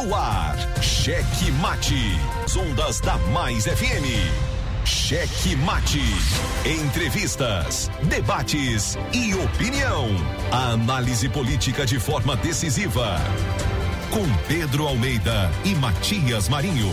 No ar, Cheque Mate. Ondas da Mais FM. Cheque Mate. Entrevistas, debates e opinião. A análise política de forma decisiva. Com Pedro Almeida e Matias Marinho.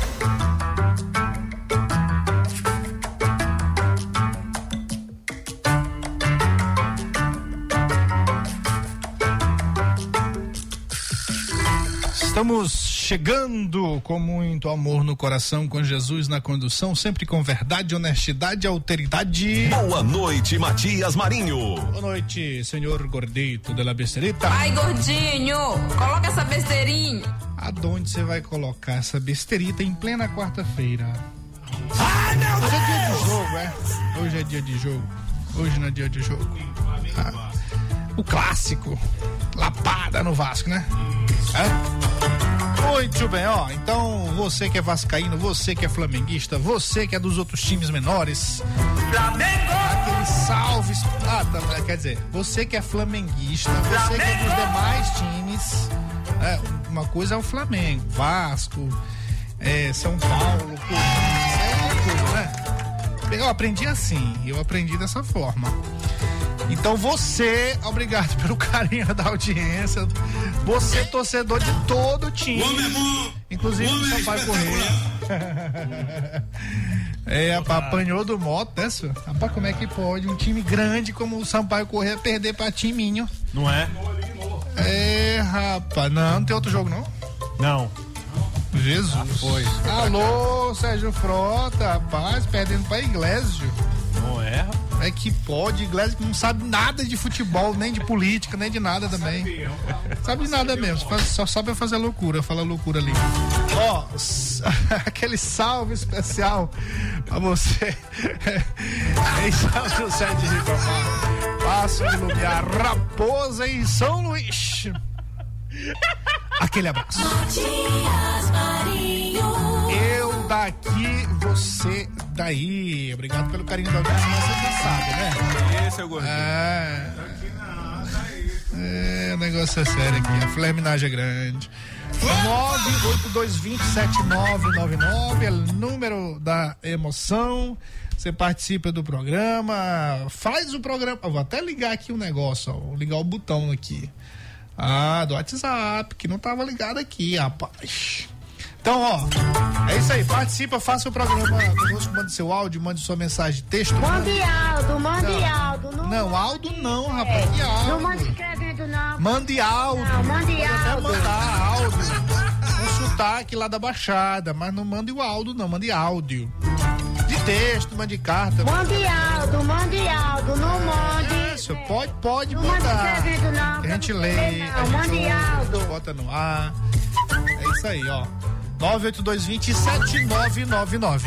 Estamos chegando com muito amor no coração, com Jesus na condução, sempre com verdade, honestidade e alteridade. Boa noite, Matias Marinho. Boa noite, senhor gordito de la besterita. Ai, gordinho, coloca essa besteirinha. Aonde você vai colocar essa besterita em plena quarta-feira? Ai, meu Deus! Hoje é dia de jogo, é? Hoje é dia de jogo. Hoje não é dia de jogo. O clássico. Lapada no Vasco, né? É? Muito bem, ó. Então, você que é vascaíno, você que é flamenguista, você que é dos outros times menores. Flamengo! Aquele salve. Quer dizer, você que é flamenguista, você que é dos demais times. Uma coisa é o Flamengo, Vasco, São Paulo, Corinthians, é uma coisa, né? Eu aprendi assim, eu aprendi dessa forma. Então você, obrigado pelo carinho da audiência, você torcedor de todo o time, inclusive do Sampaio Corrêa. Apanhou do moto, né, senhor? Rapaz, como é que pode um time grande como o Sampaio Corrêa perder pra timinho? Não é? Rapaz, não tem outro jogo não? Não. Jesus. Foi. Alô, Sérgio Frota, rapaz, perdendo pra Iglesio. Não é, rapaz? É que pode, Iglesias que não sabe nada de futebol, nem de política, nem de nada também. Sabe de nada mesmo, só sabe fazer loucura, fala loucura ali. Ó, aquele salve especial pra você em São José de Ribamar, Passo de Lumiar, Raposa em São Luís. Aquele abraço. Matias Marinho. Eu daqui, você daí. Obrigado pelo carinho da audiência, mas você já sabe, né? Esse é o gordinho. O negócio é sério aqui, a flerminagem é grande. 982207999 é o número da emoção. Você participa do programa, faz o programa. Eu vou até ligar aqui um negócio, ó, vou ligar o botão aqui. Do WhatsApp, que não tava ligado aqui, rapaz. Então, ó, é isso aí, participa, faça o programa conosco, mande seu áudio, mande sua mensagem de texto. Mande áudio. Não, áudio não, rapaz, que áudio? Não mande escrevendo, não. Mande áudio. Não, mande Pode até áudio. mandar áudio, com sotaque lá da Baixada, mas não mande o áudio não, mande áudio. De texto, mande carta. Mande áudio, não mande. Isso, pode Não mande mandar. escrevendo, não. Que a gente lê, Não, a gente mande ouve, a gente áudio. bota no ar. É isso aí, ó. 982207999.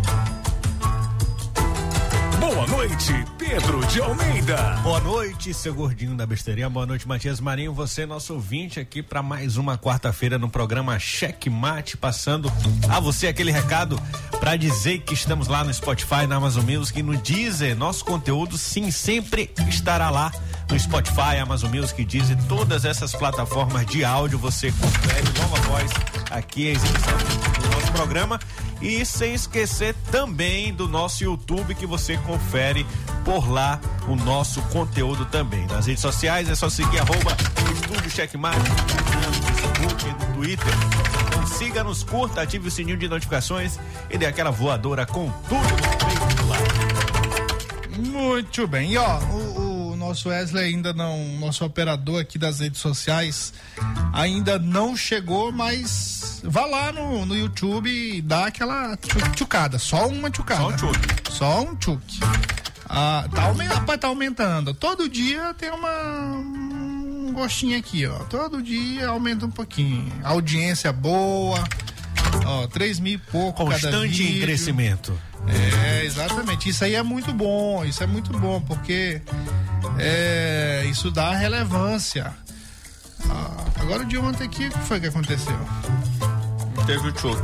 Boa noite, Pedro de Almeida. Boa noite, seu gordinho da besteirinha. Boa noite, Matias Marinho. Você, nosso ouvinte, aqui para mais uma quarta-feira no programa Cheque Mate, passando a você aquele recado para dizer que estamos lá no Spotify, na Amazon Music, no Deezer. Nosso conteúdo, sim, sempre estará lá no Spotify, Amazon Music, Deezer, todas essas plataformas de áudio. Você confere logo após aqui a exibição do nosso programa. E sem esquecer também do nosso YouTube, que você confere por lá o nosso conteúdo também. Nas redes sociais é só seguir @Estúdio Checkmate, no Facebook, no Twitter. Então siga-nos, curta, ative o sininho de notificações e dê aquela voadora com tudo no peito lá. Muito bem, e ó, o nosso Wesley ainda não, nosso operador aqui das redes sociais ainda não chegou, mas vá lá no YouTube e dá aquela tchucada, só uma tchucada. Só um tchuc. Tá aumentando. Todo dia tem um gostinho aqui, ó. Todo dia aumenta um pouquinho. A audiência boa, ó, 3.000 e pouco cada Constante em vídeo. crescimento. Exatamente. Isso aí é muito bom, porque isso dá relevância. Agora o de ontem aqui, o que foi que aconteceu? Teve o choque.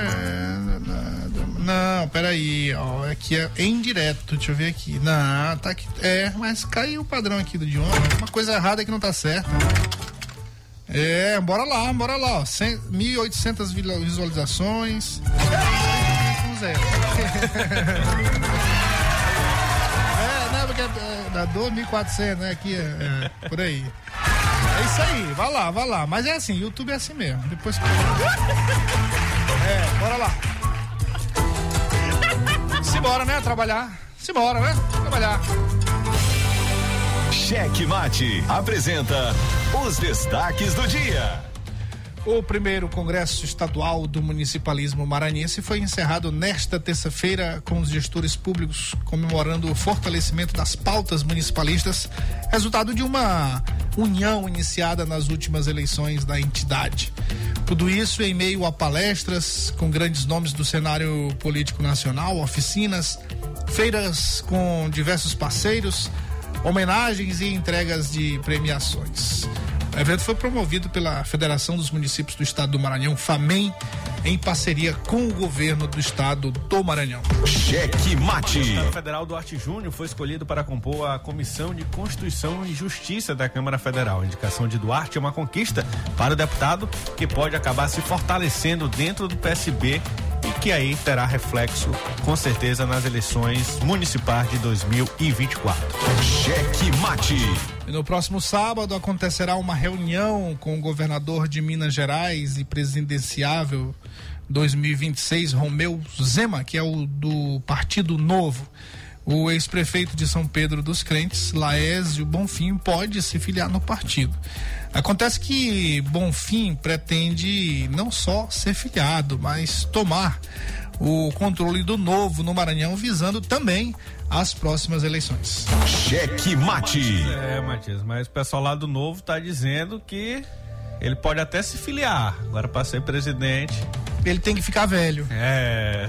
Não, peraí, ó, aqui é em direto, deixa eu ver aqui. Não, tá aqui, mas caiu o padrão aqui do de ontem. Uma coisa errada que não tá certa. Bora lá, ó. 1.800 visualizações. Zero. Né, porque dá 2.400, né? Aqui por aí. É isso aí, vai lá. Mas é assim, YouTube é assim mesmo. Depois. Bora lá. Simbora, né? Trabalhar. Cheque Mate apresenta os destaques do dia. O primeiro Congresso Estadual do Municipalismo Maranhense foi encerrado nesta terça-feira com os gestores públicos comemorando o fortalecimento das pautas municipalistas, resultado de uma união iniciada nas últimas eleições da entidade. Tudo isso em meio a palestras com grandes nomes do cenário político nacional, oficinas, feiras com diversos parceiros, homenagens e entregas de premiações. O evento foi promovido pela Federação dos Municípios do Estado do Maranhão, FAMEM, em parceria com o governo do Estado do Maranhão. Cheque Mate. O deputado federal Duarte Júnior foi escolhido para compor a Comissão de Constituição e Justiça da Câmara Federal. A indicação de Duarte é uma conquista para o deputado que pode acabar se fortalecendo dentro do PSB e que aí terá reflexo, com certeza, nas eleições municipais de 2024. Cheque Mate. E no próximo sábado acontecerá uma reunião com o governador de Minas Gerais e presidenciável 2026, Romeu Zema, que é o do Partido Novo. O ex-prefeito de São Pedro dos Crentes, Laésio Bonfim, pode se filiar no partido. Acontece que Bonfim pretende não só ser filiado, mas tomar o controle do Novo no Maranhão, visando também as próximas eleições. Cheque Mate. Matias, mas o pessoal lá do Novo tá dizendo que ele pode até se filiar. Agora, para ser presidente, ele tem que ficar velho. É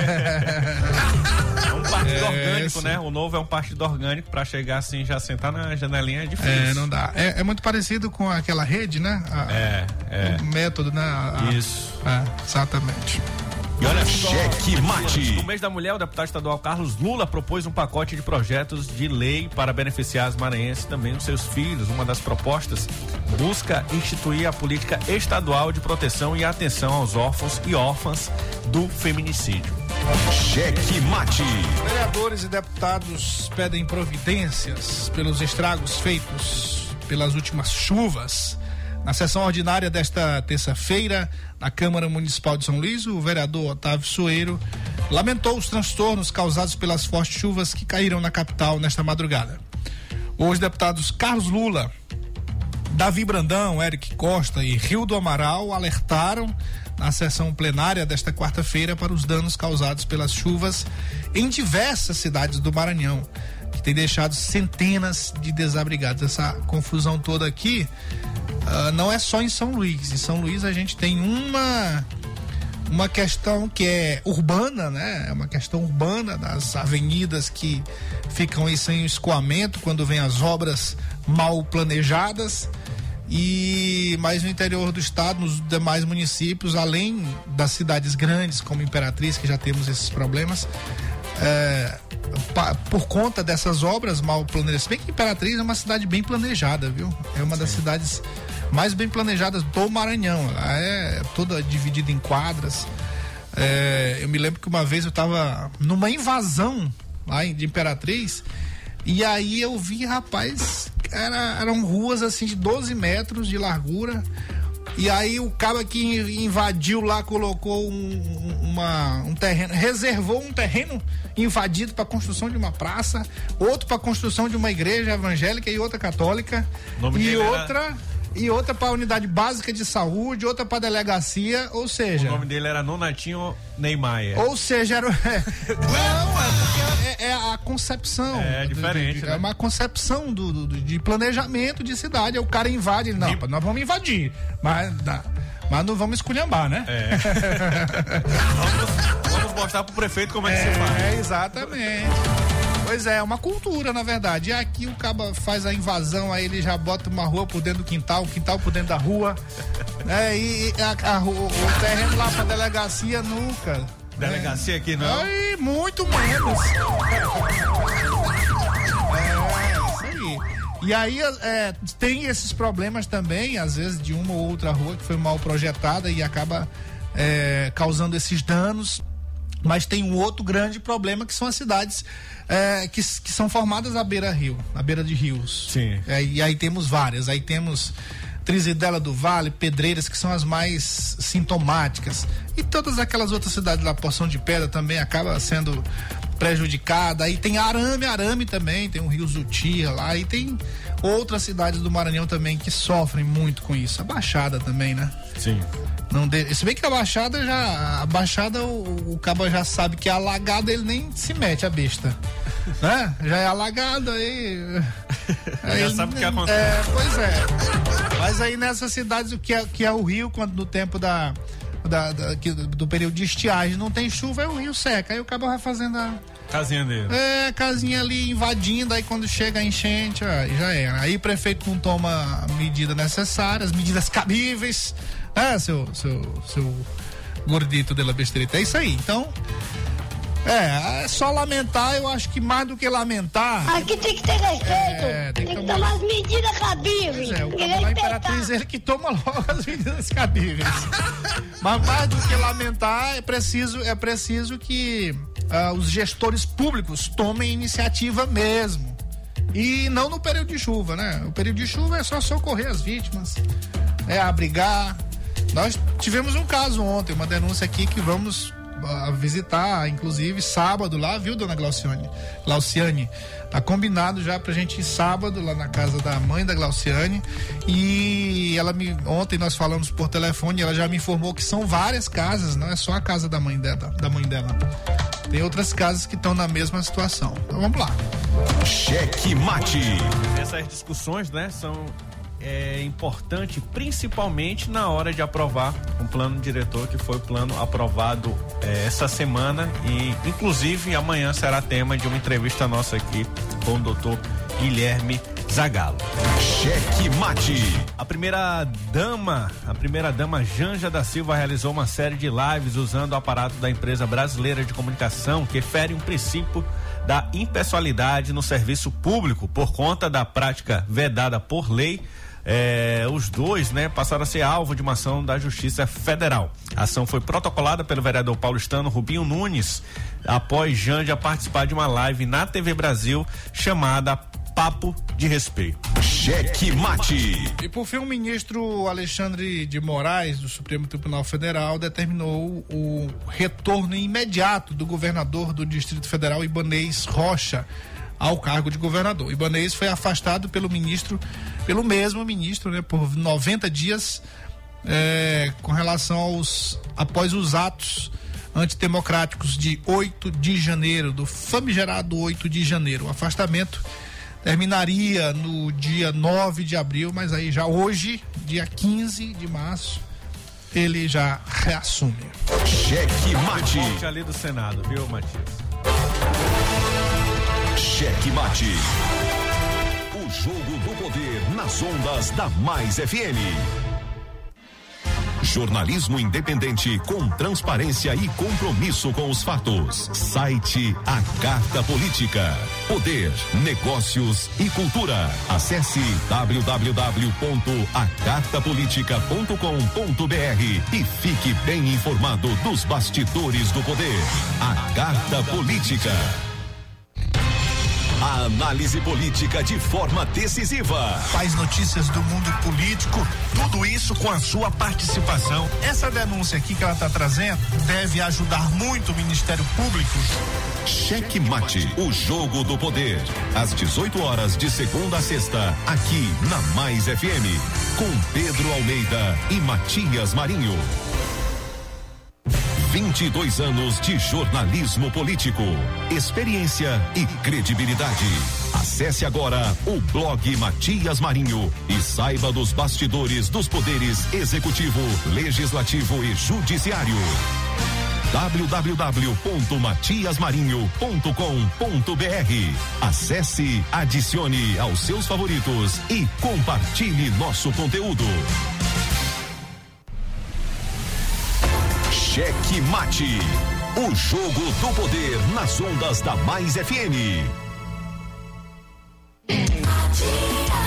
um partido orgânico, né? O Novo é um partido orgânico, para chegar assim, já sentar na janelinha é difícil. Não dá. É muito parecido com aquela rede, né? O método, né? Isso. Exatamente. E olha só, Cheque Mate. no mês da mulher, o deputado estadual Carlos Lula propôs um pacote de projetos de lei para beneficiar as maranhenses e também os seus filhos. Uma das propostas busca instituir a política estadual de proteção e atenção aos órfãos e órfãs do feminicídio. Cheque Mate. Vereadores e deputados pedem providências pelos estragos feitos pelas últimas chuvas. Na sessão ordinária desta terça-feira, na Câmara Municipal de São Luís, o vereador Otávio Soeiro lamentou os transtornos causados pelas fortes chuvas que caíram na capital nesta madrugada. Os deputados Carlos Lula, Davi Brandão, Eric Costa e Rildo Amaral alertaram na sessão plenária desta quarta-feira para os danos causados pelas chuvas em diversas cidades do Maranhão, que tem deixado centenas de desabrigados. Essa confusão toda aqui não é só em São Luís. Em São Luís a gente tem uma questão que é urbana, né? É uma questão urbana das avenidas que ficam aí sem escoamento quando vem as obras mal planejadas. Mas no interior do estado, nos demais municípios, além das cidades grandes como Imperatriz, que já temos esses problemas, por conta dessas obras mal planejadas. Se bem que Imperatriz é uma cidade bem planejada, viu? É uma das cidades mais bem planejadas do Maranhão. Ela é toda dividida em quadras. Eu me lembro que uma vez eu estava numa invasão lá de Imperatriz e aí eu vi, rapaz, eram ruas assim de 12 metros de largura. E aí o cara que invadiu lá colocou um terreno, reservou um terreno invadido para construção de uma praça, outro para construção de uma igreja evangélica e outra católica, e outra para unidade básica de saúde, outra para delegacia, ou seja... O nome dele era Nonatinho Neymar. Ou seja, era... porque é a concepção. É diferente, né? É uma concepção de planejamento de cidade. Aí o cara invade, não, nós vamos invadir, mas não vamos esculhambar, né? Vamos mostrar pro prefeito como é que você faz. Exatamente. Pois é uma cultura, na verdade. E aqui o cara faz a invasão, aí ele já bota uma rua por dentro do quintal, quintal por dentro da rua. E o terreno lá pra delegacia nunca. Delegacia aqui não? Muito menos. Isso aí. E aí tem esses problemas também, às vezes, de uma ou outra rua que foi mal projetada e acaba causando esses danos. Mas tem um outro grande problema, que são as cidades que são formadas à beira-rio, à beira de rios. Sim. E aí temos várias. Aí temos Trizidela do Vale, Pedreiras, que são as mais sintomáticas. E todas aquelas outras cidades lá, Poção de Pedra também acaba sendo prejudicada. Aí tem Arame também, tem o Rio Zutia lá, e tem outras cidades do Maranhão também que sofrem muito com isso. A Baixada também, né? Sim. Se bem que a Baixada o cabo já sabe que é alagada, ele nem se mete a besta, né? Já é alagado, aí já sabe o que acontece. Pois é. Mas aí nessas cidades, o que é o rio, quando no tempo do período de estiagem não tem chuva, aí o rio seca, aí o cabo vai fazendo a casinha dele. Casinha ali invadindo, aí quando chega a enchente, já era. Aí o prefeito não toma a medida necessária, as medidas cabíveis, seu gordito de la besterita. É isso aí. Então, é só lamentar. Eu acho que mais do que lamentar. Aqui tem que ter respeito. Tem que tomar as medidas cabíveis. O cabo da Imperatriz, ele que toma logo as medidas cabíveis. Mas mais do que lamentar, é preciso que os gestores públicos tomem iniciativa mesmo. E não no período de chuva, né? O período de chuva é só socorrer as vítimas, abrigar. Nós tivemos um caso ontem, uma denúncia aqui que vamos visitar, inclusive sábado lá, viu, dona Glauciane? Tá combinado já pra gente ir sábado lá na casa da mãe da Glauciane, e ontem nós falamos por telefone, ela já me informou que são várias casas, não é só a casa da mãe dela. Tem outras casas que estão na mesma situação. Então vamos lá. Cheque Mate. Essas discussões, né, são importante, principalmente na hora de aprovar um plano diretor, que foi o plano aprovado essa semana, e inclusive amanhã será tema de uma entrevista nossa aqui com o doutor Guilherme Zagalo. Cheque Mate. A primeira dama Janja da Silva realizou uma série de lives usando o aparato da empresa brasileira de comunicação, que fere um princípio da impessoalidade no serviço público por conta da prática vedada por lei. Os dois, né, passaram a ser alvo de uma ação da Justiça Federal. A ação foi protocolada pelo vereador paulistano Rubinho Nunes, após Janja participar de uma live na TV Brasil chamada Papo de Respeito. Cheque Mate. E por fim, o ministro Alexandre de Moraes, do Supremo Tribunal Federal, determinou o retorno imediato do governador do Distrito Federal, Ibanez Rocha, ao cargo de governador. Ibanez foi afastado pelo mesmo ministro, né, por 90 dias, com relação após os atos antidemocráticos de 8 de janeiro, do famigerado 8 de janeiro. O afastamento terminaria no dia 9 de abril, mas aí já hoje, dia 15 de março, ele já reassume. Cheque Mate. Ponte ali do Senado, viu, Matias? Cheque Mate. O jogo do poder nas ondas da Mais FM. Jornalismo independente com transparência e compromisso com os fatos. Site A Carta Política. Poder, negócios e cultura. Acesse www.acartapolitica.com.br e fique bem informado dos bastidores do poder. A Carta Política. A análise política de forma decisiva. Faz notícias do mundo político, tudo isso com a sua participação. Essa denúncia aqui que ela está trazendo deve ajudar muito o Ministério Público. Cheque Mate, o jogo do poder. Às 18 horas de segunda a sexta, aqui na Mais FM, com Pedro Almeida e Matias Marinho. 22 anos de jornalismo político, experiência e credibilidade. Acesse agora o blog Matias Marinho e saiba dos bastidores dos poderes executivo, legislativo e judiciário. www.matiasmarinho.com.br. Acesse, adicione aos seus favoritos e compartilhe nosso conteúdo. Cheque Mate, o jogo do poder nas ondas da Mais FM.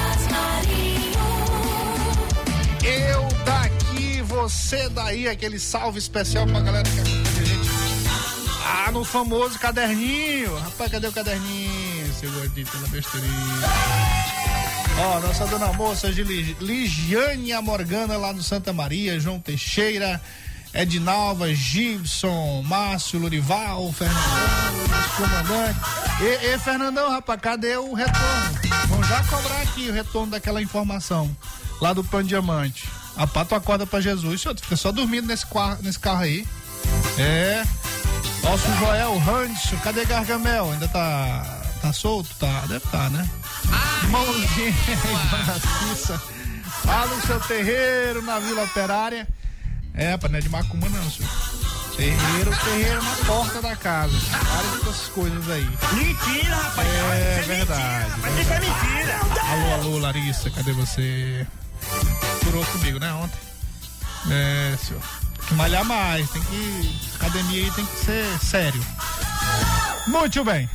você daí, aquele salve especial pra galera que acompanha a gente. No famoso caderninho. Rapaz, cadê o caderninho, seu gordinho pela besteirinha? Nossa dona moça Ligiane Morgana lá no Santa Maria, João Teixeira, Edinalva, Gibson, Márcio, Lorival, Fernandão, nosso comandante. Fernandão, rapaz, cadê o retorno? Vamos já cobrar aqui o retorno daquela informação lá do Pan Diamante. Rapaz, tu acorda pra Jesus, senhor, tu fica só dormindo nesse carro aí. Nosso Joel Rancho, cadê Gargamel? Ainda tá solto? Tá, deve estar, né? Mãozinha, Dona Cissa, lá no seu terreiro, na Vila Operária. Rapaz, não é de macumba não, senhor. Terreiro na porta da casa. Várias dessas coisas aí. Mentira, rapaz. Verdade. Mas isso é mentira. Alô, Larissa, cadê você? Furou comigo, né, ontem? Senhor. Tem que malhar mais, academia aí tem que ser sério. Muito bem.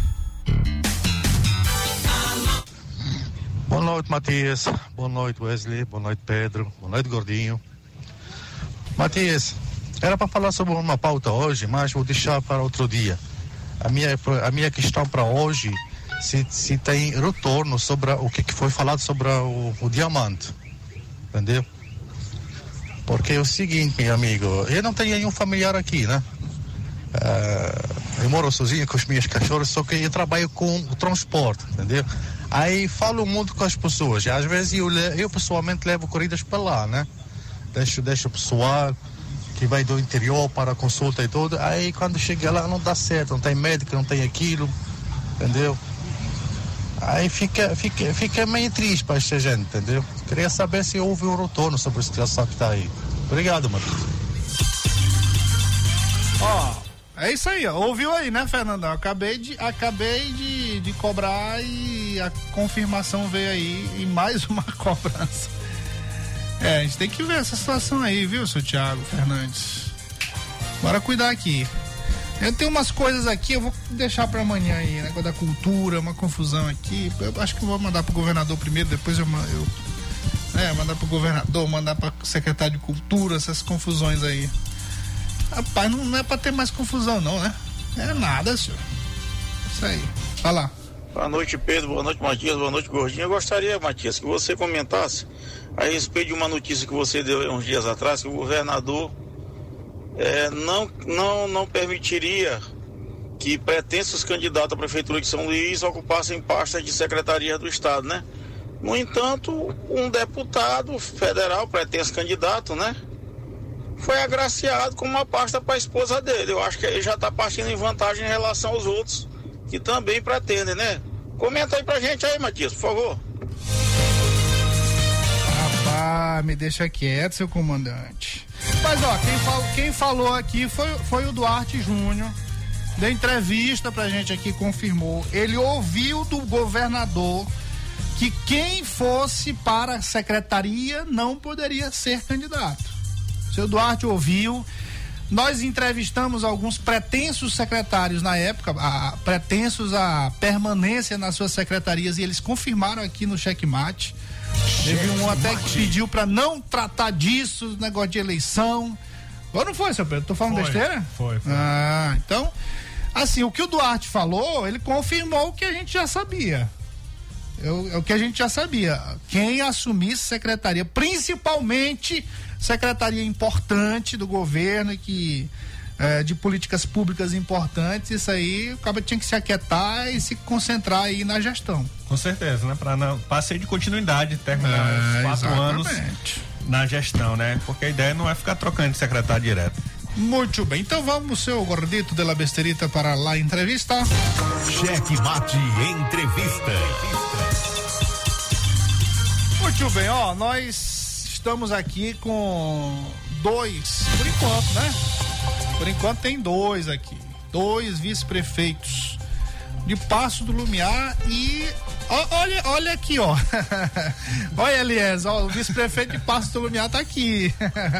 Boa noite, Matias. Boa noite, Wesley. Boa noite, Pedro. Boa noite, Gordinho. Matias, era para falar sobre uma pauta hoje, mas vou deixar para outro dia. A minha questão para hoje, se tem retorno sobre o que foi falado sobre o diamante. Entendeu? Porque é o seguinte, meu amigo, eu não tenho nenhum familiar aqui, né? Eu moro sozinho com as minhas cachorras, só que eu trabalho com o transporte, entendeu? Aí falo muito com as pessoas, às vezes eu pessoalmente levo corridas para lá, né? Deixo o pessoal que vai do interior para a consulta e tudo, aí quando chega lá não dá certo, não tem médico, não tem aquilo, entendeu? Aí fica meio triste para esta gente, entendeu? Queria saber se houve um retorno sobre a situação que está aí. Obrigado, Matheus. É isso aí, ouviu aí, né, Fernandão? Acabei de cobrar e a confirmação veio aí e mais uma cobrança. A gente tem que ver essa situação aí, viu, seu Thiago Fernandes? Bora cuidar aqui. Eu tenho umas coisas aqui, eu vou deixar pra amanhã aí, negócio da cultura, uma confusão aqui. Eu acho que eu vou mandar pro governador primeiro, depois mandar pro governador, mandar pra secretário de cultura, essas confusões aí. Rapaz, não é pra ter mais confusão não, né? É nada, senhor. Isso aí. Vai lá. Boa noite, Pedro. Boa noite, Matias. Boa noite, Gordinho. Eu gostaria, Matias, que você comentasse a respeito de uma notícia que você deu uns dias atrás, que o governador não permitiria que pretensos candidatos à Prefeitura de São Luís ocupassem pastas de secretaria do Estado, né? No entanto, um deputado federal, pretenso candidato, né? Foi agraciado com uma pasta para a esposa dele. Eu acho que ele já está partindo em vantagem em relação aos outros que também pretendem, né? Comenta aí pra gente aí, Matias, por favor. Rapaz, me deixa quieto, seu comandante. Mas quem falou aqui foi o Duarte Júnior. Deu entrevista pra gente aqui, confirmou. Ele ouviu do governador que quem fosse para a secretaria não poderia ser candidato. O seu Duarte ouviu. Nós entrevistamos alguns pretensos secretários na época, pretensos a permanência nas suas secretarias, e eles confirmaram aqui no Checkmate. Teve um até que pediu para não tratar disso, negócio de eleição. Ou não foi, seu Pedro? Tô falando besteira? Foi. Então, assim, o que o Duarte falou, ele confirmou o que a gente já sabia. O que a gente já sabia. Quem assumisse secretaria, principalmente secretaria importante do governo e de políticas públicas importantes, isso aí o cara tinha que se aquietar e se concentrar aí na gestão. Com certeza, né? Para ser de continuidade, terminar os 4 anos na gestão, né? Porque a ideia não é ficar trocando de secretário direto. Muito bem, então vamos, seu gordito de la besterita, para lá entrevista. Checkmate Entrevista. Muito bem, nós estamos aqui com 2, por enquanto, né? Por enquanto tem 2 aqui, 2 vice-prefeitos de Passo do Lumiar e olha aqui, olha, Elias, o vice-prefeito de Passo do Lumiar tá aqui.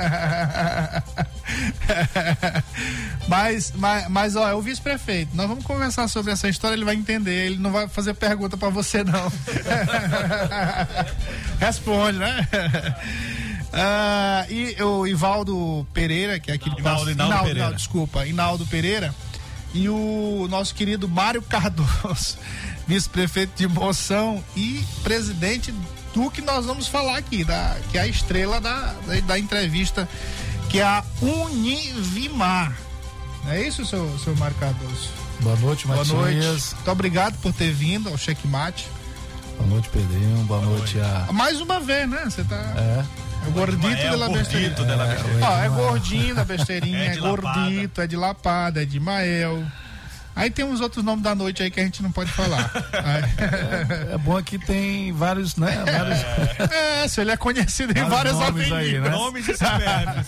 mas é o vice-prefeito. Nós vamos conversar sobre essa história, ele vai entender, ele não vai fazer pergunta pra você não. Responde, né? E o Ivaldo Pereira, que é aquele Inaldo Pereira, e o nosso querido Mário Cardoso, vice-prefeito de Moção e presidente do que nós vamos falar aqui, que é a estrela da entrevista, que é a Univimar. Não é isso, seu Mário Cardoso? Boa noite, Matias. Boa noite. Muito obrigado por ter vindo ao Checkmate. Boa noite, Pedrinho. Boa noite a... Mais uma vez, né? Você tá... É o gordito da besteirinha. É gordinho da besteirinha, é gordito, é de Lapada, é de Mael. Aí tem uns outros nomes da noite aí que a gente não pode falar. É bom que tem vários, né? Se ele é conhecido em vários nomes aí, né? Nomes e superbos.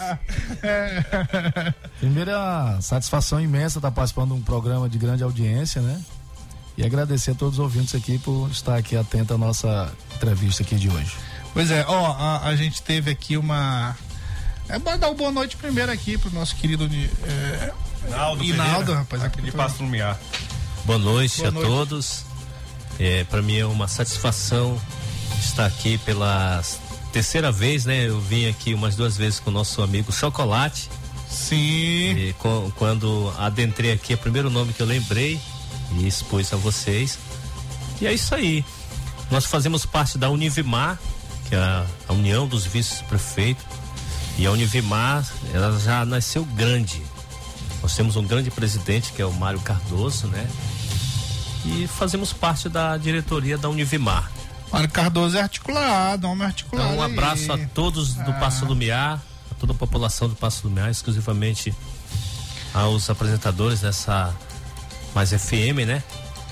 Primeira satisfação imensa estar participando de um programa de grande audiência, né? E agradecer a todos os ouvintes aqui por estar aqui atento à nossa entrevista aqui de hoje. Pois é, a gente teve aqui uma... Bora dar uma boa noite primeiro aqui pro nosso querido Inaldo, rapaz. Aqui de Passo Lumiar. Boa noite a todos. Para mim é uma satisfação estar aqui pela terceira vez, né? Eu vim aqui umas 2 vezes com o nosso amigo Chocolate. Sim. E quando adentrei aqui, é o primeiro nome que eu lembrei e expus a vocês. E é isso aí. Nós fazemos parte da Univimar, que é a União dos Vice-Prefeitos. E a Univimar, ela já nasceu grande. Nós temos um grande presidente, que é o Mário Cardoso, né? E fazemos parte da diretoria da Univimar. Mário Cardoso é articulado, homem articulado. Então, um abraço a todos do Passo Lumiar, a toda a população do Passo Lumiar, exclusivamente aos apresentadores dessa Mais FM, né?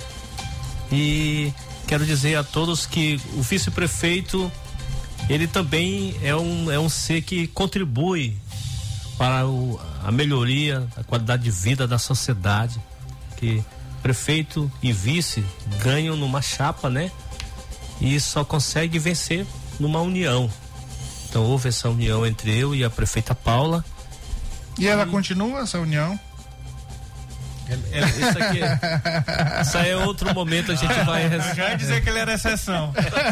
E quero dizer a todos que o vice-prefeito, ele também é um ser que contribui para a melhoria, a qualidade de vida da sociedade, que prefeito e vice ganham numa chapa, né? E só consegue vencer numa união. Então houve essa união entre eu e a prefeita Paula. E ela continua essa união? Isso aí é outro momento, a gente vai... Já ia dizer que ele era exceção.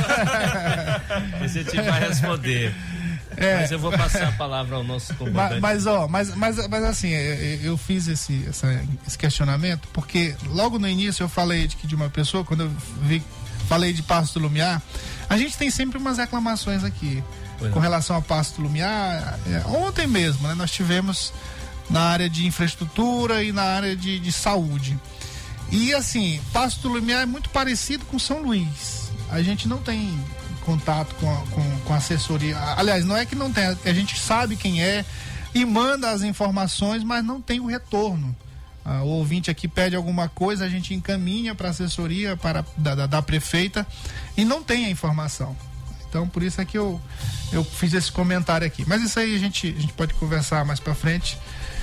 A gente vai responder. Mas eu vou passar a palavra ao nosso comandante. Mas assim, eu fiz esse questionamento porque logo no início eu falei de uma pessoa, quando eu falei de Passo do Lumiar, a gente tem sempre umas reclamações aqui com relação a Passo do Lumiar. Ontem mesmo, né, nós tivemos na área de infraestrutura e na área de saúde. E assim, Passo do Lumiar é muito parecido com São Luís. A gente não tem contato com a assessoria. Aliás, não é que não tem, a gente sabe quem é e manda as informações, mas não tem o retorno. O ouvinte aqui pede alguma coisa, a gente encaminha para a assessoria da prefeita e não tem a informação. Então, por isso é que eu fiz esse comentário aqui. Mas isso aí a gente pode conversar mais para frente.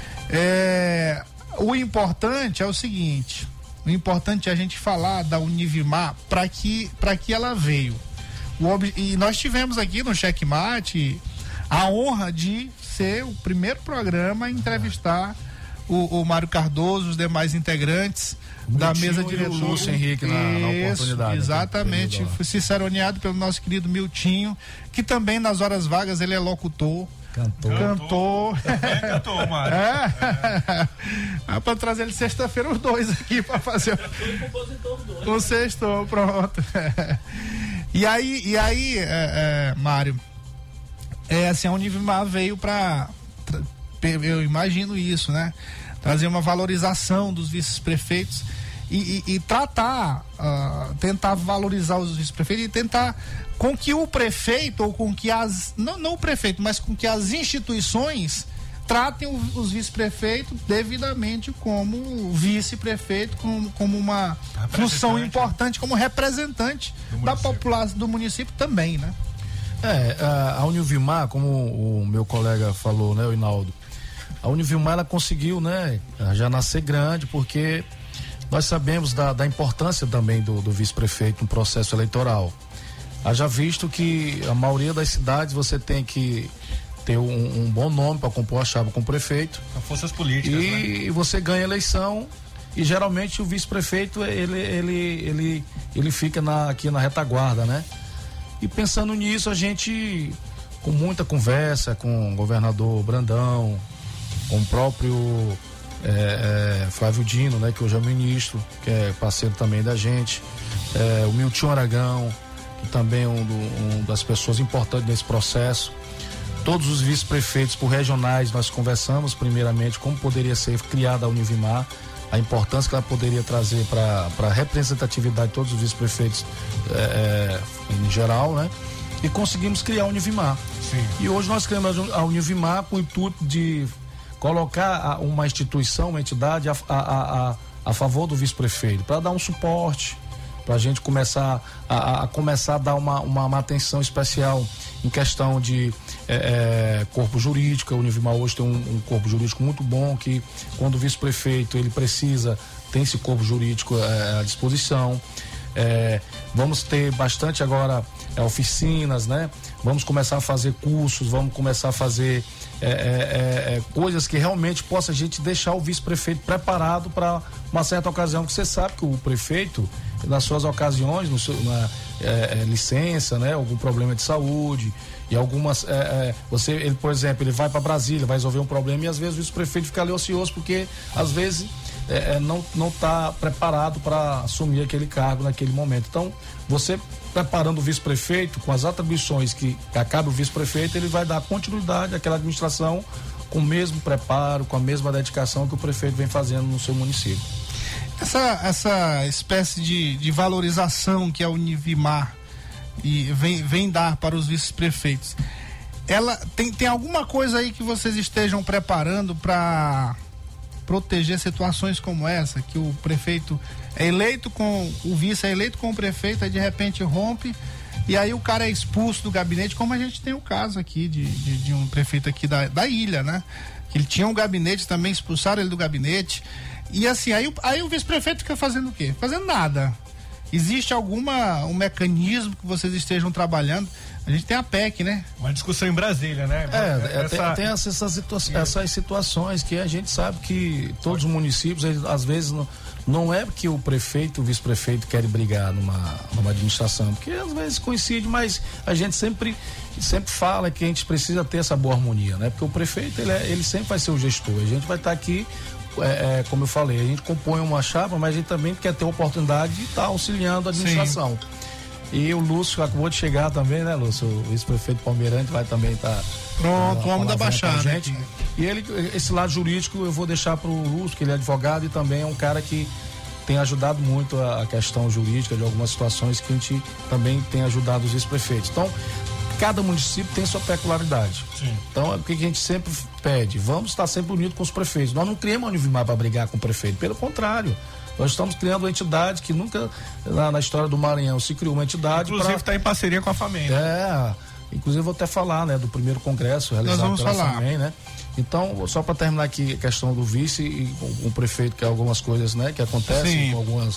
O importante é o seguinte: o importante é a gente falar da Univimar para que ela veio. E nós tivemos aqui no Checkmate a honra de ser o primeiro programa a entrevistar o Mário Cardoso, os demais integrantes da mesa diretora. O Lúcio Henrique na oportunidade. Exatamente, fui ciceroneado pelo nosso querido Miltinho, que também nas horas vagas ele é locutor. Cantor, Mário. Pra trazer ele sexta-feira os dois aqui pra fazer o sexto, pronto. E aí, Mário, assim, a Univimar veio eu imagino isso, né? Trazer uma valorização dos vice-prefeitos e tentar valorizar os vice-prefeitos e tentar com que o prefeito, ou com que não o prefeito, mas com que as instituições tratem os vice-prefeitos devidamente como vice-prefeito, como uma função importante, como representante da população do município também, né? A Univimar, como o meu colega falou, né, o Inaldo, a Univimar, ela conseguiu, né, já nascer grande, porque nós sabemos da importância também do vice-prefeito no processo eleitoral. Haja visto que a maioria das cidades você tem que ter um bom nome para compor a chapa com o prefeito. Forças políticas, e você ganha a eleição e geralmente o vice-prefeito ele fica aqui na retaguarda, né? E pensando nisso, a gente com muita conversa com o governador Brandão, com o próprio Flávio Dino, né, que hoje é ministro, que é parceiro também da gente, o Milton Aragão, que também é uma das pessoas importantes nesse processo. Todos os vice-prefeitos por regionais, nós conversamos primeiramente como poderia ser criada a Univimar, a importância que ela poderia trazer para a representatividade de todos os vice-prefeitos em geral, né? E conseguimos criar a Univimar. Sim. E hoje nós criamos a Univimar com o intuito de colocar uma instituição, uma entidade a favor do vice-prefeito, para dar um suporte, para a gente começar a dar uma atenção especial em questão de corpo jurídico. A Univimar hoje tem um corpo jurídico muito bom, que quando o vice-prefeito ele precisa, tem esse corpo jurídico à disposição. Vamos ter bastante agora oficinas, né? Vamos começar a fazer cursos, vamos começar a fazer coisas que realmente possa a gente deixar o vice-prefeito preparado para uma certa ocasião, que você sabe que o prefeito, nas suas ocasiões, licença, né? Algum problema de saúde e algumas, ele, por exemplo, ele vai para Brasília, vai resolver um problema e às vezes o vice-prefeito fica ali ocioso porque às vezes não está preparado para assumir aquele cargo naquele momento. Então, você preparando o vice-prefeito com as atribuições que acaba o vice-prefeito, ele vai dar continuidade àquela administração com o mesmo preparo, com a mesma dedicação que o prefeito vem fazendo no seu município. Essa espécie de valorização que a Univimar vem dar para os vice-prefeitos, ela tem alguma coisa aí que vocês estejam preparando para proteger situações como essa, que o prefeito é eleito com o vice, é eleito com o prefeito, aí de repente rompe e aí o cara é expulso do gabinete, como a gente tem o caso aqui de um prefeito aqui da ilha, né? Ele tinha um gabinete também, expulsaram ele do gabinete e assim, aí o vice-prefeito fica fazendo o quê? Fazendo nada. Existe um mecanismo que vocês estejam trabalhando? A gente tem a PEC, né? Uma discussão em Brasília, né? Tem essas situações que a gente sabe que todos os municípios, eles, às vezes, não é que o prefeito, o vice-prefeito querem brigar numa administração, porque às vezes coincide, mas a gente sempre fala que a gente precisa ter essa boa harmonia, né? Porque o prefeito, ele sempre vai ser o gestor, a gente vai estar aqui, como eu falei, a gente compõe uma chapa, mas a gente também quer ter a oportunidade de estar auxiliando a administração. Sim. E o Lúcio acabou de chegar também, né, Lúcio? O vice-prefeito Palmeirante vai também estar. Pronto, o homem da Baixada. Gente. E ele, esse lado jurídico, eu vou deixar para o Lúcio, que ele é advogado e também é um cara que tem ajudado muito a questão jurídica de algumas situações que a gente também tem ajudado os vice-prefeitos. Então, cada município tem sua peculiaridade. Sim. Então, é o que a gente sempre pede. Vamos estar sempre unidos com os prefeitos. Nós não criamos a Univimar para brigar com o prefeito, pelo contrário. Nós estamos criando uma entidade que nunca, na história do Maranhão, se criou uma entidade. Inclusive está em parceria com a FAMEN. Inclusive vou até falar, né, do primeiro congresso realizado pela FAMEN, né? Então, só para terminar aqui a questão do vice e com o prefeito, que é algumas coisas, né, que acontecem, com algumas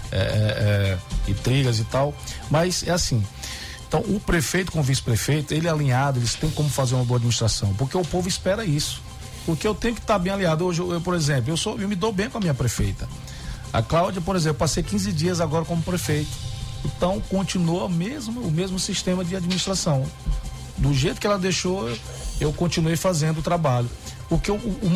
intrigas e tal, mas é assim. Então, o prefeito com o vice-prefeito, ele alinhado, eles têm como fazer uma boa administração, porque o povo espera isso. Porque eu tenho que estar bem alinhado. Hoje, eu, por exemplo, eu me dou bem com a minha prefeita. A Cláudia, por exemplo, passei 15 dias agora como prefeito. Então, continua o mesmo sistema de administração. Do jeito que ela deixou, eu continuei fazendo o trabalho. Porque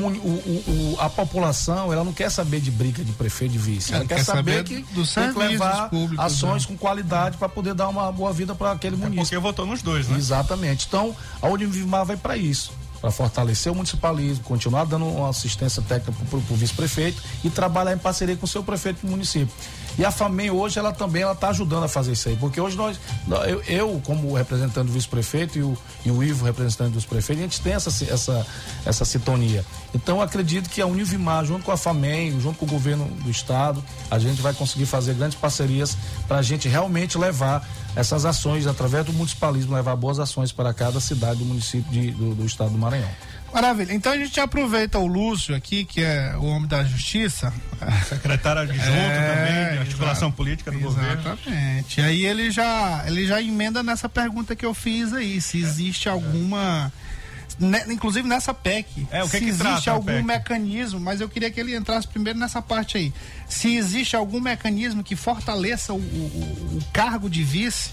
a população, ela não quer saber de briga de prefeito e vice. Ela quer saber que tem que levar ações com qualidade para poder dar uma boa vida para aquele município. Porque votou nos dois, né? Exatamente. Então, a Univimar vai para isso. Para fortalecer o municipalismo, continuar dando uma assistência técnica para o vice-prefeito e trabalhar em parceria com o seu prefeito do município. E a FAMEN hoje, ela está ajudando a fazer isso aí, porque hoje eu como representante do vice-prefeito e o Ivo, representante dos prefeitos, a gente tem essa sintonia. Então, eu acredito que a Univimar, junto com a FAMEN, junto com o governo do estado, a gente vai conseguir fazer grandes parcerias para a gente realmente levar essas ações, através do municipalismo, levar boas ações para cada cidade do município do estado do Maranhão. Maravilha. Então a gente aproveita o Lúcio aqui, que é o homem da justiça. Secretário adjunto também, de articulação política do governo. Exatamente. E aí ele já emenda nessa pergunta que eu fiz aí, se existe alguma... inclusive nessa PEC, se existe algum mecanismo, mas eu queria que ele entrasse primeiro nessa parte aí. Se existe algum mecanismo que fortaleça o cargo de vice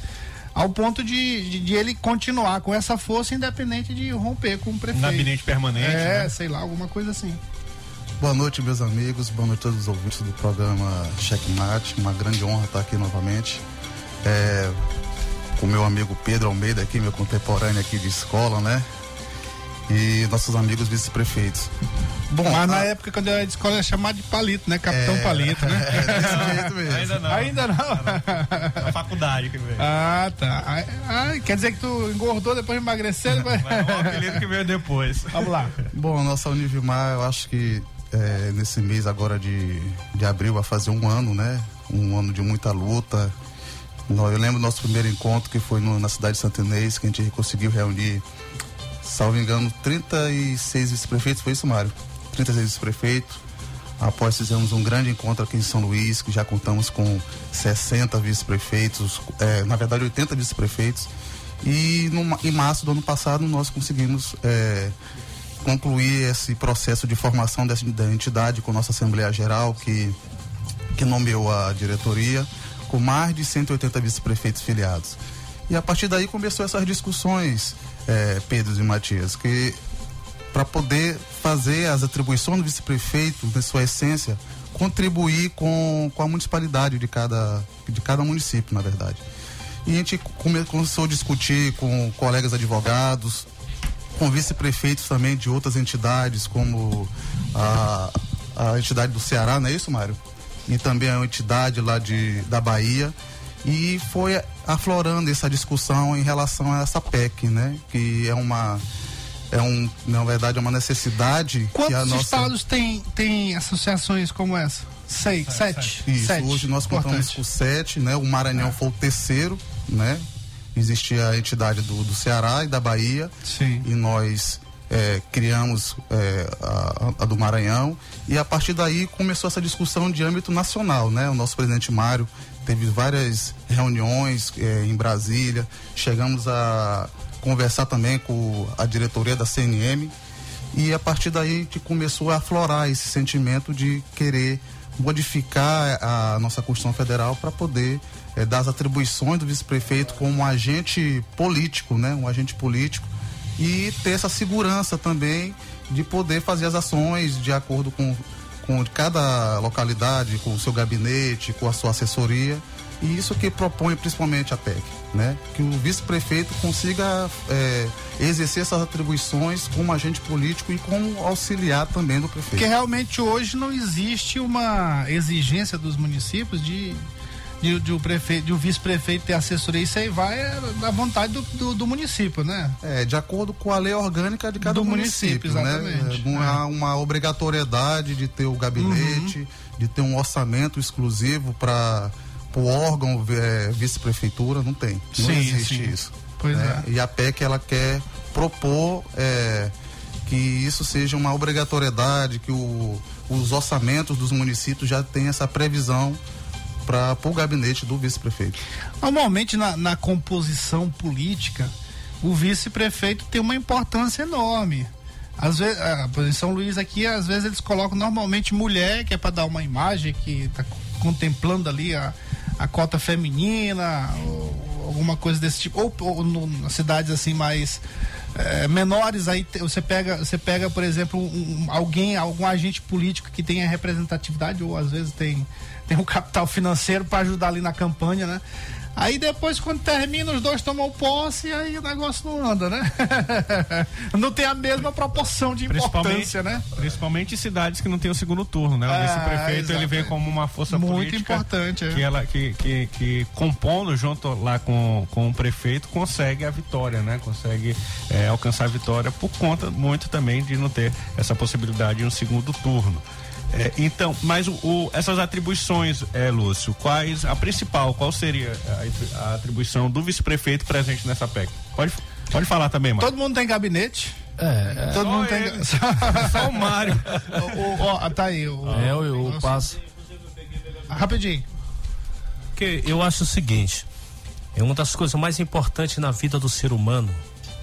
ao ponto de ele continuar com essa força independente de romper com o prefeito. Gabinete permanente, né? Sei lá, alguma coisa assim. Boa noite, meus amigos, boa noite a todos os ouvintes do programa Checkmate, uma grande honra estar aqui novamente. Com meu amigo Pedro Almeida aqui, meu contemporâneo aqui de escola, né? E nossos amigos vice-prefeitos. Bom, mas na época, quando eu era de escola, era chamado de Palito, né? Capitão Palito, né? Desse jeito mesmo. Ainda não. Na faculdade que veio. Ah, tá. Quer dizer que tu engordou, depois emagreceu? Mas é um apelido que veio depois. Vamos lá. Bom, a nossa Univimar, eu acho que nesse mês agora de abril vai fazer um ano, né? Um ano de muita luta. Eu lembro do nosso primeiro encontro, que foi na cidade de Santo Inês, que a gente conseguiu reunir, salvo engano, 36 vice-prefeitos, foi isso, Mário? 36 vice-prefeitos. Após fizemos um grande encontro aqui em São Luís, que já contamos com 60 vice-prefeitos, na verdade 80 vice-prefeitos. E em março do ano passado nós conseguimos concluir esse processo de formação da entidade com nossa Assembleia Geral, que nomeou a diretoria, com mais de 180 vice-prefeitos filiados. E a partir daí começou essas discussões, Pedro e Matias, que para poder fazer as atribuições do vice-prefeito, na sua essência, contribuir com a municipalidade de cada município, na verdade. E a gente começou a discutir com colegas advogados, com vice-prefeitos também de outras entidades, como a entidade do Ceará, não é isso, Mário? E também a entidade lá da Bahia. E foi aflorando essa discussão em relação a essa PEC, né? Que na verdade é uma necessidade. Quantos estados têm associações como essa? Sete. Isso, 7. hoje nós contamos com 7, né? O Maranhão foi o terceiro, né? Existia a entidade do Ceará e da Bahia. Sim. E nós criamos a do Maranhão, e a partir daí começou essa discussão de âmbito nacional, né? O nosso presidente Mário teve várias reuniões em Brasília, chegamos a conversar também com a diretoria da CNM, e a partir daí a gente começou a aflorar esse sentimento de querer modificar a nossa Constituição Federal para poder dar as atribuições do vice-prefeito como um agente político, né? Um agente político, e ter essa segurança também de poder fazer as ações de acordo com cada localidade, com o seu gabinete, com a sua assessoria, e isso que propõe principalmente a PEC, né? Que o vice-prefeito consiga exercer essas atribuições como agente político e como auxiliar também do prefeito. Porque realmente hoje não existe uma exigência dos municípios de o vice-prefeito ter assessoria. Isso aí vai da vontade do município, né? De acordo com a lei orgânica de cada município, exatamente. Né? Não há uma obrigatoriedade de ter o gabinete, de ter um orçamento exclusivo para o órgão vice-prefeitura, não tem. Não existe isso. Pois né? E a PEC, ela quer propor que isso seja uma obrigatoriedade, que os orçamentos dos municípios já tenham essa previsão para o gabinete do vice-prefeito. Normalmente na composição política, o vice-prefeito tem uma importância enorme. Às vezes, em São Luís aqui, às vezes eles colocam normalmente mulher, que é para dar uma imagem que está contemplando ali a cota feminina, ou alguma coisa desse tipo, ou nas cidades assim mais menores, aí você pega, por exemplo, algum agente político que tenha representatividade, ou às vezes tem um capital financeiro para ajudar ali na campanha, né? Aí depois, quando termina, os dois tomam posse e aí o negócio não anda, né? Não tem a mesma proporção de importância, né? Principalmente em cidades que não tem o segundo turno, né? O vice-prefeito, ele vem como uma força muito política importante, que compondo junto lá com o prefeito, consegue a vitória, né? Consegue alcançar a vitória por conta muito também de não ter essa possibilidade de um segundo turno. Então, mas essas atribuições, Lúcio, qual seria a atribuição do vice-prefeito presente nessa PEC? Pode falar também, Mário. Todo mundo tem gabinete? Todo mundo tem. Só o Mário. Tá aí. Eu passo. Rapidinho. Porque eu acho o seguinte: uma das coisas mais importantes na vida do ser humano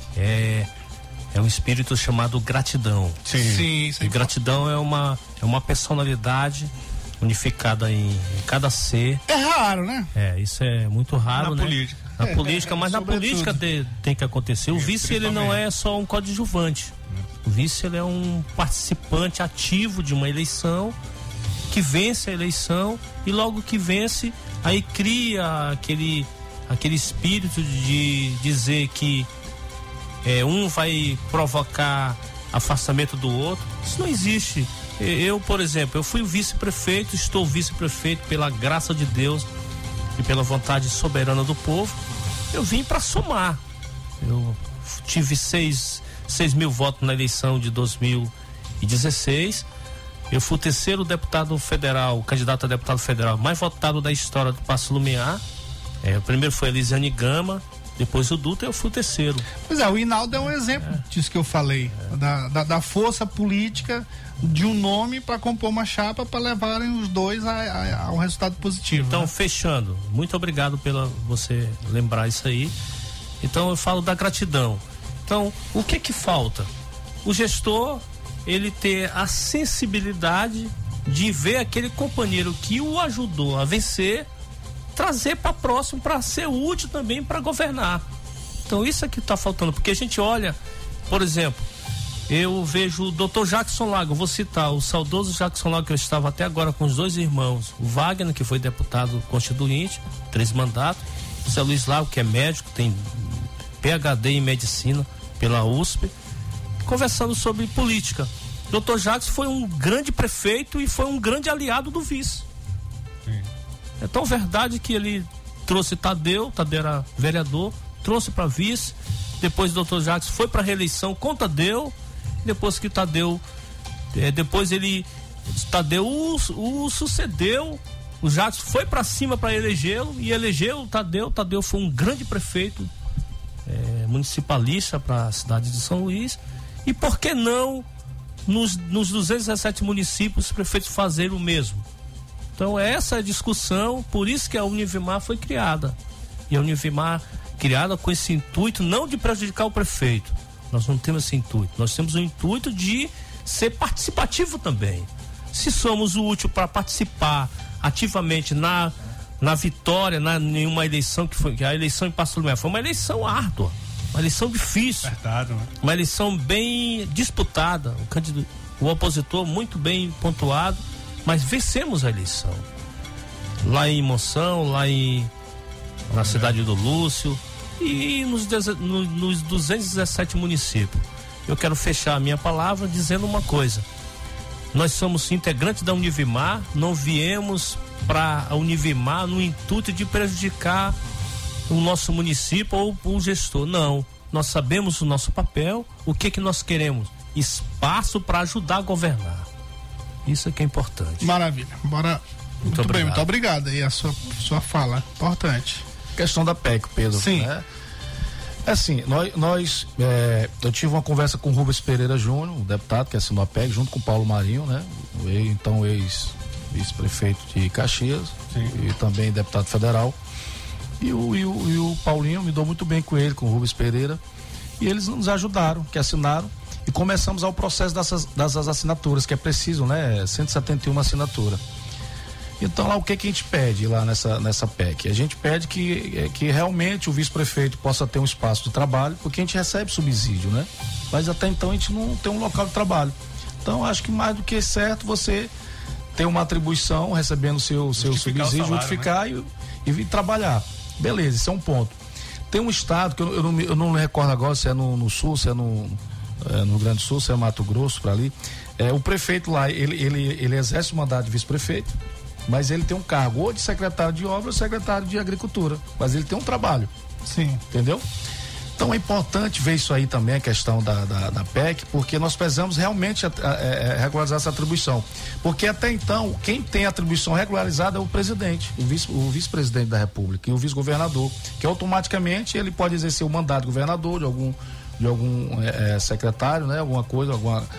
é um espírito chamado gratidão. Sim. E gratidão é uma personalidade unificada em cada ser. É raro, né? Isso é muito raro, na né? política. Na política, mas na política tem que acontecer. O vice, ele não é só um coadjuvante. O vice, ele é um participante ativo de uma eleição, que vence a eleição, e logo que vence, aí cria aquele espírito de dizer que um vai provocar afastamento do outro. Isso não existe. Eu, por exemplo, eu fui vice-prefeito, estou vice-prefeito pela graça de Deus e pela vontade soberana do povo. Eu vim para somar. Eu tive 6 mil votos na eleição de 2016. Eu fui o terceiro deputado federal, candidato a deputado federal mais votado da história do Paço Lumiar. O primeiro foi a Elisiane Gama, depois o Dutra, eu fui o terceiro. Pois é, o Hinaldo é um exemplo disso que eu falei, da força política de um nome para compor uma chapa para levarem os dois a um resultado positivo. Então, né? Fechando, muito obrigado pela você lembrar isso aí. Então, eu falo da gratidão. Então, o que falta? O gestor, ele ter a sensibilidade de ver aquele companheiro que o ajudou a vencer, trazer para próximo, para ser útil também para governar. Então isso é que está faltando, porque a gente olha, por exemplo, eu vejo o Dr. Jackson Lago, vou citar o saudoso Jackson Lago, que eu estava até agora com os 2 irmãos, o Wagner, que foi deputado constituinte, 3 mandatos, o Zé Luiz Lago, que é médico, tem PhD em medicina pela USP, conversando sobre política. Dr. Jackson foi um grande prefeito e foi um grande aliado do vice. Sim. É tão verdade que ele trouxe Tadeu era vereador, trouxe para vice, depois o Dr. Jackson foi para reeleição com Tadeu, depois que Tadeu o sucedeu, o Jackson foi para cima para elegê-lo e elegeu o Tadeu foi um grande prefeito municipalista para a cidade de São Luís, e por que não nos 217 municípios os prefeitos fazerem o mesmo? Então essa é a discussão, por isso que a Univimar foi criada. E a Univimar criada com esse intuito não de prejudicar o prefeito. Nós não temos esse intuito. Nós temos o intuito de ser participativo também. Se somos útil para participar ativamente na vitória, em uma eleição que a eleição em Paço Lumiar foi uma eleição árdua, uma eleição difícil, apertado, né? Uma eleição bem disputada, o opositor muito bem pontuado, mas vencemos a eleição. Lá em Monção, na cidade do Lúcio e nos 217 municípios. Eu quero fechar a minha palavra dizendo uma coisa: nós somos integrantes da Univimar, não viemos para a Univimar no intuito de prejudicar o nosso município ou o gestor, não. Nós sabemos o nosso papel, o que nós queremos: espaço para ajudar a governar. Isso é que é importante. Maravilha. Bora. Muito bem, muito obrigado aí a sua fala, importante. Questão da PEC, Pedro. Sim. Né? Assim, eu tive uma conversa com o Rubens Pereira Júnior, o deputado que assinou a PEC, junto com o Paulo Marinho, né? Então ex-vice-prefeito de Caxias. Sim. E também deputado federal. E o Paulinho me deu muito bem com ele, com o Rubens Pereira. E eles nos ajudaram, que assinaram. E começamos ao processo das assinaturas, que é preciso, né? 171 assinaturas. Então lá o que a gente pede lá nessa PEC? A gente pede que realmente o vice-prefeito possa ter um espaço de trabalho, porque a gente recebe subsídio, né? Mas até então a gente não tem um local de trabalho. Então acho que mais do que certo você ter uma atribuição, recebendo seu subsídio, justificar, né? e trabalhar. Beleza, isso é um ponto. Tem um estado que eu não me recordo agora se é no sul, se é no Rio Grande do Sul, se é Mato Grosso, para ali. O prefeito lá, ele exerce o mandato de vice-prefeito, mas ele tem um cargo ou de secretário de obra ou secretário de agricultura, mas ele tem um trabalho. Sim. Entendeu? Então é importante ver isso aí também, a questão da PEC, porque nós precisamos realmente regularizar essa atribuição. Porque até então, quem tem atribuição regularizada é o presidente, o vice-presidente da República e o vice-governador, que automaticamente ele pode exercer o mandato de governador, de algum secretário, né? Alguma coisa,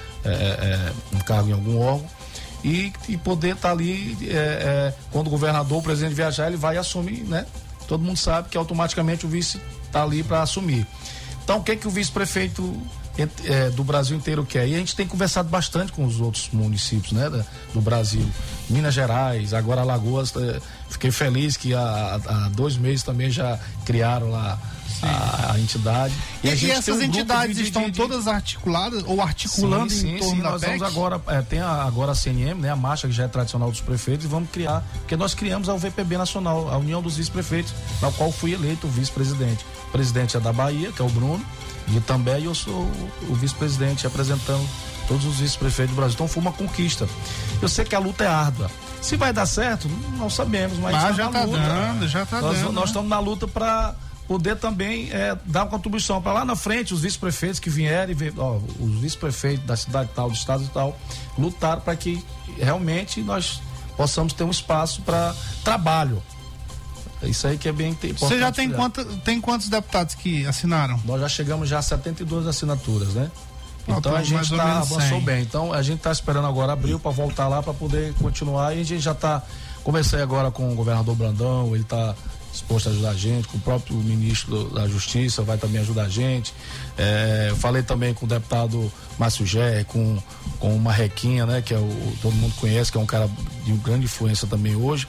um cargo em algum órgão. E poder estar ali, quando o governador, o presidente viajar, ele vai assumir, né? Todo mundo sabe que automaticamente o vice está ali para assumir. Então, o que o vice-prefeito do Brasil inteiro quer. E a gente tem conversado bastante com os outros municípios, né, do Brasil. Minas Gerais, agora Alagoas, fiquei feliz que há 2 meses também já criaram lá a entidade. E essas entidades estão todas articuladas ou articulando em torno da nós PEC? vamos agora, tem agora a CNM, né, a marcha que já é tradicional dos prefeitos, e vamos criar, porque nós criamos a UVPB Nacional, a União dos Vice-Prefeitos, na qual fui eleito o vice-presidente. O presidente é da Bahia, que é o Bruno, e também eu sou o vice-presidente, representando todos os vice-prefeitos do Brasil. Então foi uma conquista. Eu sei que a luta é árdua. Se vai dar certo, não sabemos, mas já tá dando. Nós estamos na luta para poder também dar uma contribuição para lá na frente os vice-prefeitos que vierem, os vice-prefeitos da cidade tal, do estado e tal, lutar para que realmente nós possamos ter um espaço para trabalho. Isso aí que é bem importante. Você já tem quantos deputados que assinaram? Nós já chegamos já a 72 assinaturas, né? Então a gente avançou bem. Então a gente está esperando agora abril para voltar lá para poder continuar, e a gente já está. Conversei agora com o governador Brandão, ele está disposto a ajudar a gente, com o próprio ministro da Justiça vai também ajudar a gente. Falei também com o deputado Márcio Gé, com o Marrequinha, né, que todo mundo conhece, que é um cara de grande influência também hoje.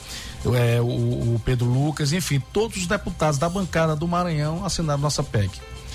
O Pedro Lucas, enfim, todos os deputados da bancada do Maranhão assinaram nossa PEC.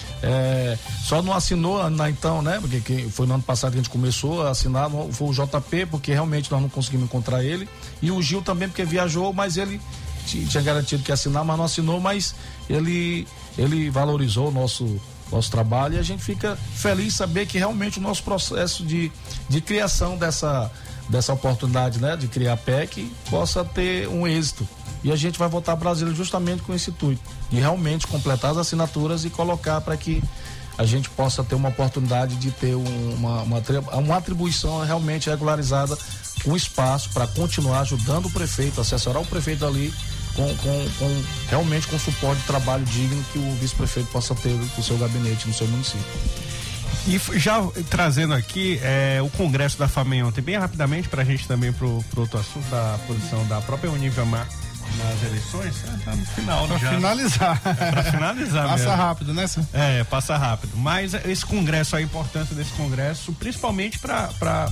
Só não assinou então, né? Porque foi no ano passado que a gente começou a assinar, foi o JP, porque realmente nós não conseguimos encontrar ele, e o Gil também, porque viajou, mas ele tinha garantido que ia assinar, mas não assinou, mas ele valorizou o nosso trabalho, e a gente fica feliz de saber que realmente o nosso processo de criação dessa oportunidade, né, de criar a PEC possa ter um êxito. E a gente vai voltar a Brasília justamente com esse intuito, de realmente completar as assinaturas e colocar para que a gente possa ter uma oportunidade de ter uma atribuição realmente regularizada, com espaço para continuar ajudando o prefeito, assessorar o prefeito ali realmente com suporte de trabalho digno que o vice-prefeito possa ter no seu gabinete, no seu município. E já trazendo aqui o Congresso da FAMEM ontem, bem rapidamente, para a gente também pro outro assunto, da posição da própria Univamar nas eleições, tá no final, pra já. Finalizar. Pra finalizar passa mesmo. Rápido, né? Passa rápido. Mas esse congresso, a importância desse congresso, principalmente para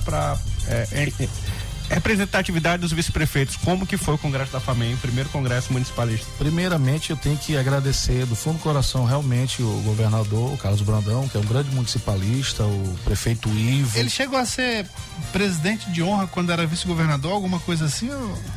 representatividade dos vice-prefeitos, como que foi o Congresso da FAMEM, o primeiro congresso municipalista? Primeiramente, eu tenho que agradecer do fundo do coração realmente o governador, o Carlos Brandão, que é um grande municipalista, o prefeito Ivo. Ele chegou a ser presidente de honra quando era vice-governador, alguma coisa assim?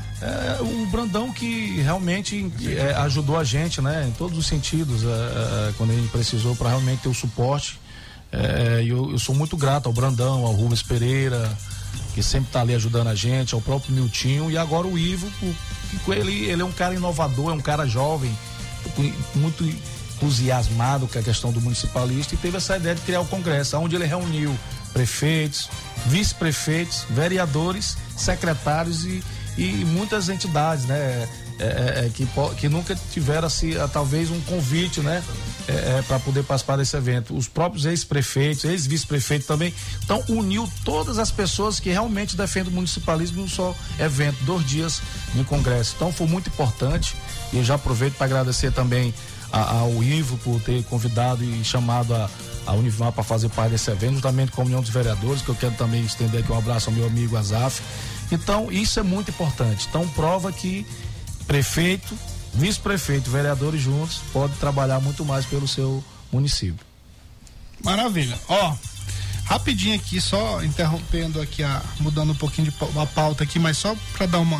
O Brandão que realmente ajudou a gente, né, em todos os sentidos, quando a gente precisou, para realmente ter o suporte. Eu sou muito grato ao Brandão, ao Rubens Pereira, que sempre está ali ajudando a gente, ao próprio Miltinho, e agora o Ivo, ele é um cara inovador, é um cara jovem, muito entusiasmado com a questão do municipalista, e teve essa ideia de criar o Congresso, onde ele reuniu prefeitos, vice-prefeitos, vereadores, secretários e muitas entidades, né? Que nunca tiveram assim, talvez um convite, né? Para poder participar desse evento. Os próprios ex-prefeitos, ex-vice-prefeitos também. Então, uniu todas as pessoas que realmente defendem o municipalismo em um só evento, 2 dias de congresso. Então, foi muito importante, e eu já aproveito para agradecer também ao Ivo por ter convidado e chamado a Univamar para fazer parte desse evento, juntamente com a União dos Vereadores, que eu quero também estender aqui um abraço ao meu amigo Azaf. Então, isso é muito importante. Então, prova que prefeito, vice-prefeito, vereadores juntos podem trabalhar muito mais pelo seu município. Maravilha. Rapidinho aqui, só interrompendo aqui, mudando um pouquinho a pauta aqui, mas só para dar um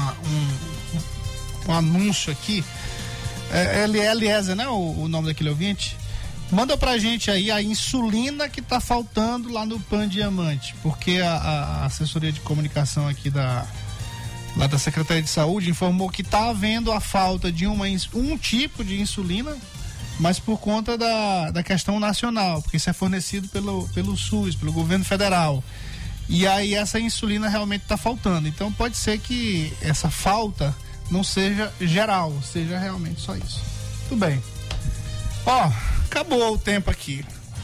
anúncio aqui. Eliezer, né? O nome daquele ouvinte. Manda pra gente aí a insulina que tá faltando lá no Pan Diamante, porque a assessoria de comunicação aqui lá da Secretaria de Saúde informou que tá havendo a falta de um tipo de insulina, mas por conta da questão nacional, porque isso é fornecido pelo SUS, pelo governo federal. E aí essa insulina realmente tá faltando. Então pode ser que essa falta não seja geral, seja realmente só isso. Tudo bem. Acabou o tempo aqui.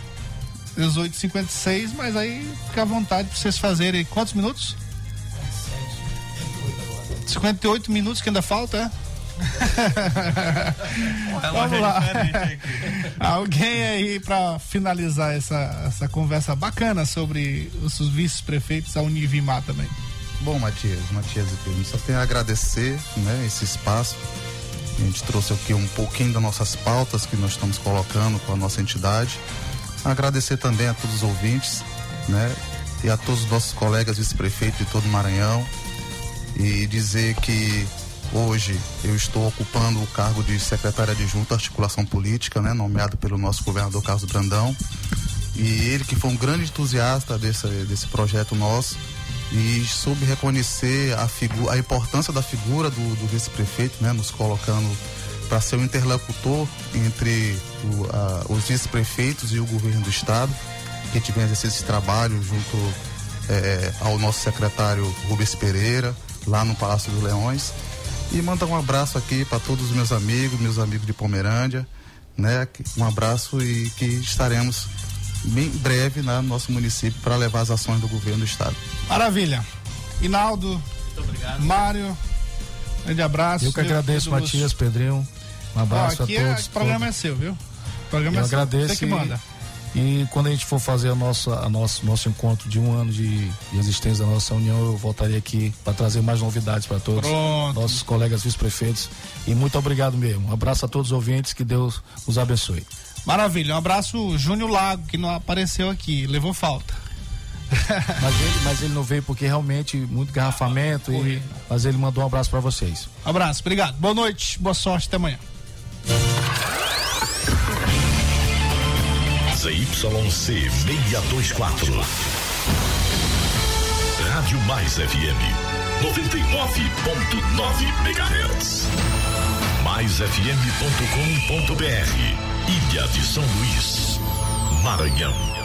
18h56, mas aí fica à vontade para vocês fazerem quantos minutos? 58 minutos que ainda falta, Vamos lá. Alguém aí para finalizar essa conversa bacana sobre os vice-prefeitos, a Univimar também. Bom, Matias e Pedro, só tenho a agradecer, né, esse espaço. A gente trouxe aqui um pouquinho das nossas pautas que nós estamos colocando com a nossa entidade. Agradecer também a todos os ouvintes, né, e a todos os nossos colegas vice-prefeitos de todo o Maranhão, e dizer que hoje eu estou ocupando o cargo de secretário adjunto da articulação política, né, nomeado pelo nosso governador Carlos Brandão, e ele que foi um grande entusiasta desse projeto nosso, e soube reconhecer a importância da figura do vice-prefeito, né, nos colocando para ser o interlocutor entre os vice-prefeitos e o governo do estado, que a gente vem exercer esse trabalho junto ao nosso secretário Rubens Pereira, lá no Palácio dos Leões, e mandar um abraço aqui para todos os meus amigos de Pomerândia, né, um abraço, e que estaremos bem breve, né, no nosso município para levar as ações do governo do estado. Maravilha. Hinaldo, muito obrigado. Mário, grande abraço. Eu que agradeço, Matias, Pedrinho, um abraço a todos. O programa é seu, viu? O programa eu é agradeço. Você que manda. E quando a gente for fazer o nosso encontro de 1 ano de existência da nossa união, eu voltarei aqui para trazer mais novidades para todos. Pronto. Nossos colegas vice-prefeitos. E muito obrigado mesmo. Um abraço a todos os ouvintes, que Deus os abençoe. Maravilha, um abraço Júnior Lago, que não apareceu aqui, levou falta. mas ele não veio porque realmente muito garrafamento, mas ele mandou um abraço para vocês. Abraço, obrigado, boa noite, boa sorte, até amanhã. ZYC 624, Rádio Mais FM 99.9 MHz, maisfm.com.br, Ilha de São Luís, Maranhão.